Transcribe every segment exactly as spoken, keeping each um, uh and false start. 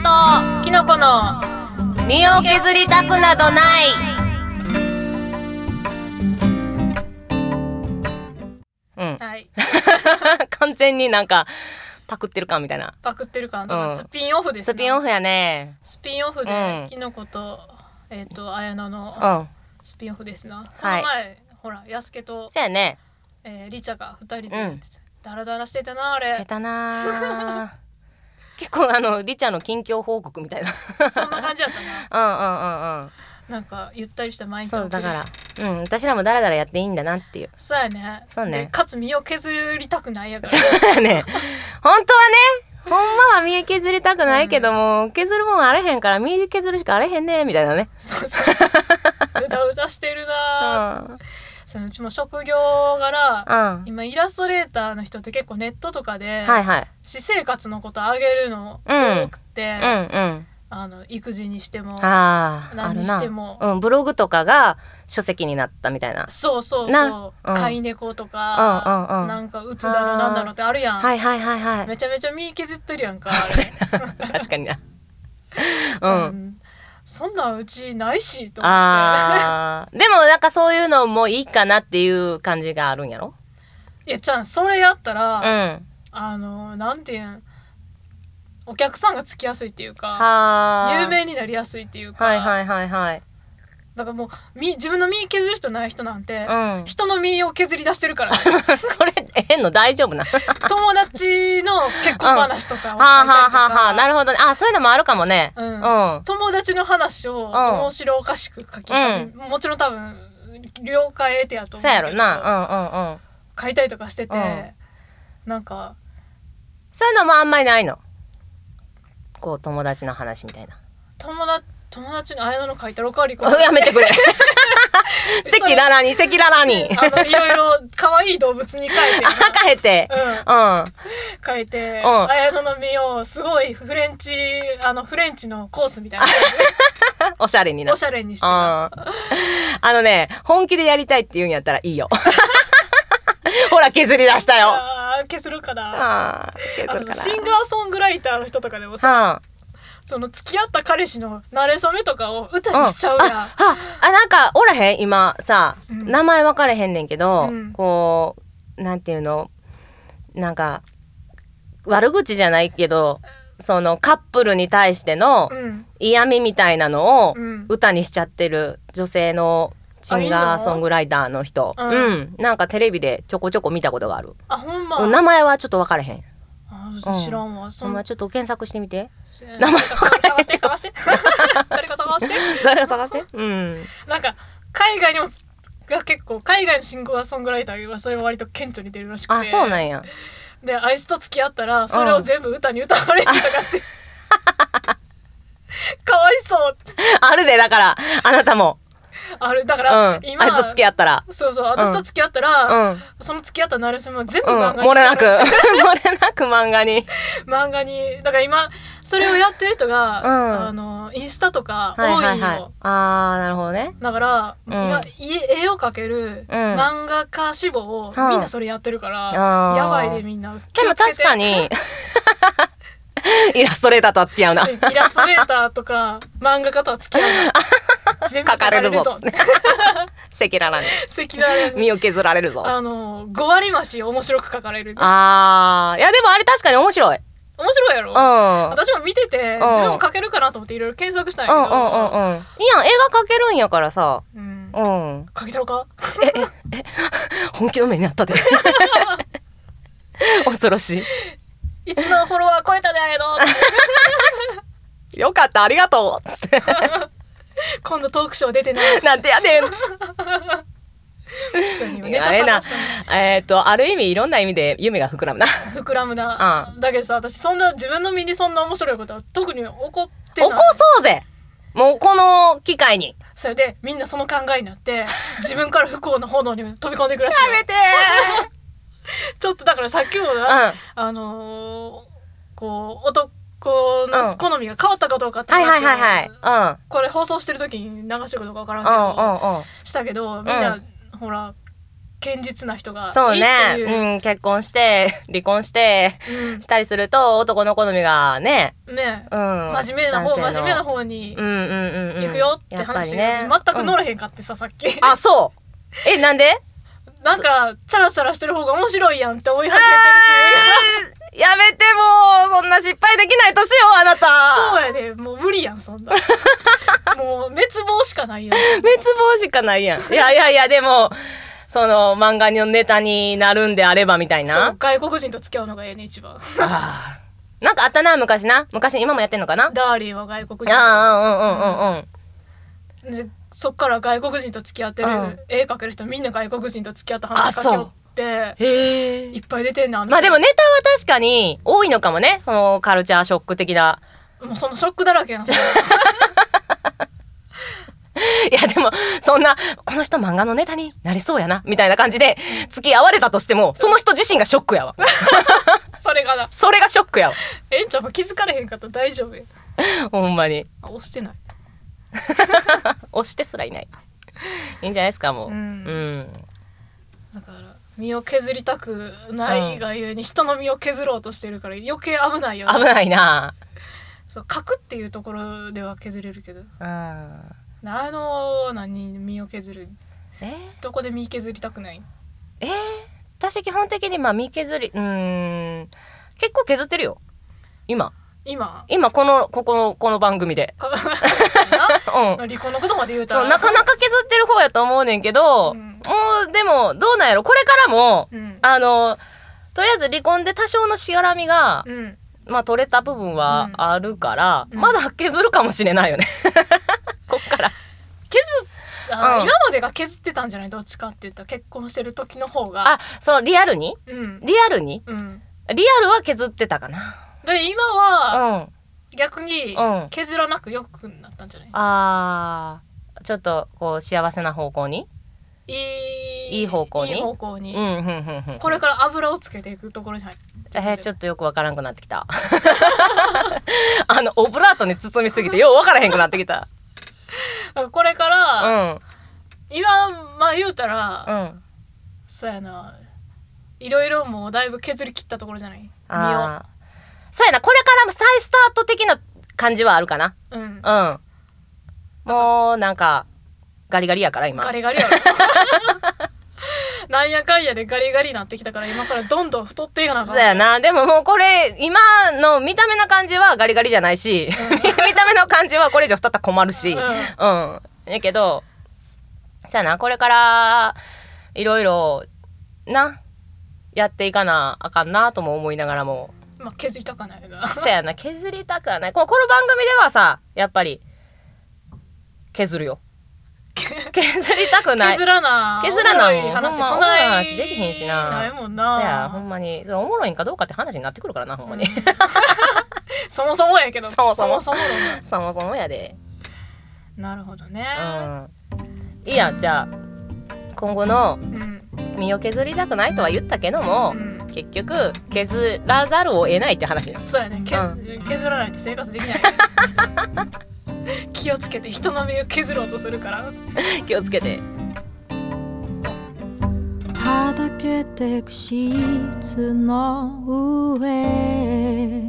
とキノコの身を削りたくなどない。うん、はい、完全になんかパクってる感みたいな。 パクってる感とか、うん、スピンオフですね。 スピンオフやね。 スピンオフで、うん、キノコとえっ、ー、と綾乃のスピンオフですな、うん、この前、はい、ほらヤスケとそうやね、 えー、リチャがふたりでやってて、うん、ダラダラしてたなあれ。 してたな結構あのリチャの近況報告みたいなそんな感じだったな。 うんうんうんうん。 なんかゆったりした毎日。 そうだから、うん、私らもダラダラやっていいんだなっていう。 そうやね。 そうね。 でかつ身を削りたくないやから。 そうやね。本当はね、ほんまは身削りたくないけども、うん、削るもんあれへんから身削るしかあれへんねみたいなね。 そうそう。うだうだしてるな。うん、そのうちも職業柄、うん、今イラストレーターの人って結構ネットとかで、はいはい、私生活のことあげるの多くて、うんうんうんあの育児にしてもあ何にしてもあるな、うん、ブログとかが書籍になったみたいな。 そうそうそう、うん、飼い猫とか、うんうんうん、なんかうつだろなんだろってあるやん。 はいはいはいはい。 めちゃめちゃ身削ってるやんかあれ確かにな、 うん、うん、そんなうちないしと思って。 あでもなんかそういうのもいいかなっていう感じがあるんやろ。 いやちゃんそれやったら、 うん、あのなんていうんお客さんがつきやすいっていうか有名になりやすいっていうか、 はいはいはいはい。 だからもう自分の身削る人ない人なんて、うん、人の身を削り出してるから、ね、 それ変の大丈夫な友達の結婚話とかを書いたりとか、うん、はあはあはあ、 なるほどね。あそういうのもあるかもね、 うんうん、友達の話を面白おかしく書き始め、うん、もちろん多分了解得てやと思うけど、そうやろな、うんうんうん、書いたりとかしてて、うん、なんかそういうのもあんまりないの。こう友達の話みたいな。 友達友達の綾乃の書いたロカリコやめてくれ赤裸々に赤裸々にあのいろいろ可愛い動物に書いて書いて、うん、うん、 書いて、うん、綾乃の身をすごいフレンチあのフレンチのコースみたいなおしゃれになおしゃれにして、 うん、あのね本気でやりたいって言うんやったらいいよほら削り出したよ。 あ削るかな。あ削るかな。あのシンガーソングライターの人とかでもさ、うん、その付き合った彼氏の馴れ初めとかを歌にしちゃうやん、うん、あ, あなんかおらへん今さ、うん、名前分かれへんねんけど、うん、こうなんていうのなんか悪口じゃないけどそのカップルに対しての嫌味みたいなのを歌にしちゃってる女性のシンガーソングライターの人、うん、うん、なんかテレビでちょこちょこ見たことがある。 あ、ほんま。 名前はちょっと分かれへん。 あ、知らんわ。 そんなちょっと検索してみて。 名前分かれへん。探して探して。誰か探して。 誰か探して。うん。 なんか海外にもが結構海外のシンガーソングライターはそれ割と顕著に出るらしくて。 あ、そうなんや。 で、あいつと付き合ったらそれを全部歌に歌われるとかって。かわいそう。 あるでだからあなたも。 あれだから、 うん、今あいつと付き合ったらそうそう私と付き合ったら、うん、その付き合ったなれそめも全部漫画に、 うん、漏れなく漏れなく漫画に漫画にだから今それをやってる人が、うん、あのインスタとか多いよ、はいはいはい、 あーなるほどね。 だから、うん、今絵を描ける漫画家志望を、うん、みんなそれやってるから、うん、やばいでみんなでも確かにイラストレーターとは付き合うな。 イラストレーターとか漫画家とは付き合うな。 全部書かれるぞ。赤裸々に。 赤裸々に。 身を削られるぞ。 あのご割増し面白く書かれる。 あーいやでもあれ確かに面白い。 面白いやろ。うん。私も見てて、うん、自分も書けるかなと思っていろいろ検索したんやけど。うんうんうんうん。 いや絵が描けるんやからさ。うん。うん。 書けたのか？ えええ本気の目にあったで。恐ろしい。 いちまんフォロワー超えたであやのよかったありがとうつって今度トークショー出てないなんてやねんあれなえっとある意味いろんな意味で夢が膨らむな膨らむな、うん、だけどさ私そんな自分の身にそんな面白いことは特に起こってない。 起こそうぜもうこの機会に。 それでみんなその考えになって自分から不幸の炎に飛び込んでいくらしいよ。 やめてちょっとだからさっきもな、うん、あのー、こう男の好みが変わったかどうかって話を、はいはいはいはい、うん、これ放送してる時に流してるかどうか分からんけど、うんうんうん、したけどみんな、うん、ほら堅実な人がいいっていう。 そうね、うん、結婚して離婚して、うん、したりすると男の好みがねね、うん、真面目な方真面目な方に行くよって話で、ね、全く乗らへんかってさ、うん、さっきあそうえなんでなんかチャラチャラしてる方が面白いやんって思い始めてる自分が、 えー、やめてもうそんな失敗できない年よあなた。 そうやでもう無理やんそんなもう滅亡しかないやん滅亡しかないやんいやいやいやでもその漫画のネタになるんであればみたいな。 そう外国人と付き合うのがええね一番あなんかあったな昔な昔今もやってんのかな。 ダーリンは外国人。 ああうんうんうんうんでそっから外国人と付き合ってる、うん、絵描ける人みんな外国人と付き合った話書きよってへいっぱい出てんな。 まあでもネタは確かに多いのかもねそのカルチャーショック的な。 もうそのショックだらけやんそれいやでもそんなこの人漫画のネタになりそうやなみたいな感じで付き合われたとしてもその人自身がショックやわそれがなそれがショックやわ。 えんちゃんも気づかれへんかったら大丈夫やほんまにあ押してない押してすらいないいいんじゃないですかもう、うんうん、 だから身を削りたくないがゆえに人の身を削ろうとしてるから余計危ないよね。 危ないな。 そう書くっていうところでは削れるけど、うん、あの何身を削る、えー、どこで身削りたくない。 えー、私基本的にまあ身削りうーん結構削ってるよ今今今このここのこの番組でうん、離婚のことまで言うたらそうなかなか削ってる方やと思うねんけど、うん、もうでもどうなんやろこれからも、うん、あのとりあえず離婚で多少のしがらみが、うん、まあ取れた部分はあるから、うん、まだ削るかもしれないよねこっから削あ、うん、今までが削ってたんじゃないどっちかって言ったら結婚してる時の方があそうリアルに、うん、リアルに、うん、リアルは削ってたかな。 で今は、うん逆に削らなくよくなったんじゃない、うん、 あーちょっとこう幸せな方向にいいいい方向にいい方向に、うんうんうんうん、これから油をつけていくところに入ってえー、ちょっとよくわからんくなってきたあのオブラートに包みすぎてようわからへんくなってきたこれから、うん、今まあ言うたら、うん、そうやないろいろもうだいぶ削り切ったところじゃない身をそうやなこれから再スタート的な感じはあるかな。うん、うん、もうなんかガリガリやから今ガリガリやろなんやかんやでガリガリになってきたから今からどんどん太っていかなあかん。 そうやなでももうこれ今の見た目な感じはガリガリじゃないし、うん、見た目の感じはこれ以上太ったら困るし、うん、うん、やけどそうやなこれからいろいろなやっていかなあかんなとも思いながらもまあ、削りたくはないな。 そうやな削りたくはないこの、この番組ではさやっぱり削るよ削りたくない削らな削らなもん話そんな話できへんしなないもんな。 そやほんまにおもろいんかどうかって話になってくるからなほんまに、うん、 そもそもやけどそもそもそもそもそもそもやで。 なるほどね、 うん、いいやじゃあ今後の身を削りたくないとは言ったけども、うん、結局削らざるを得ないって話。 そうやね 削,、うん、削らないと生活できない気をつけて人の身を削ろうとするから気をつけて。 はだけてくシーツの上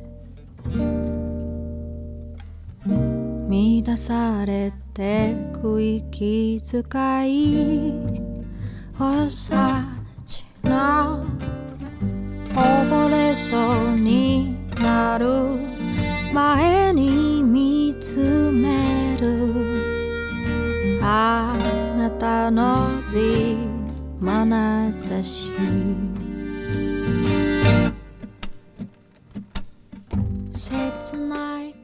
乱されてく息遣いおさちな溺れそうになる前に見つめるあなたのじ眼差し切ない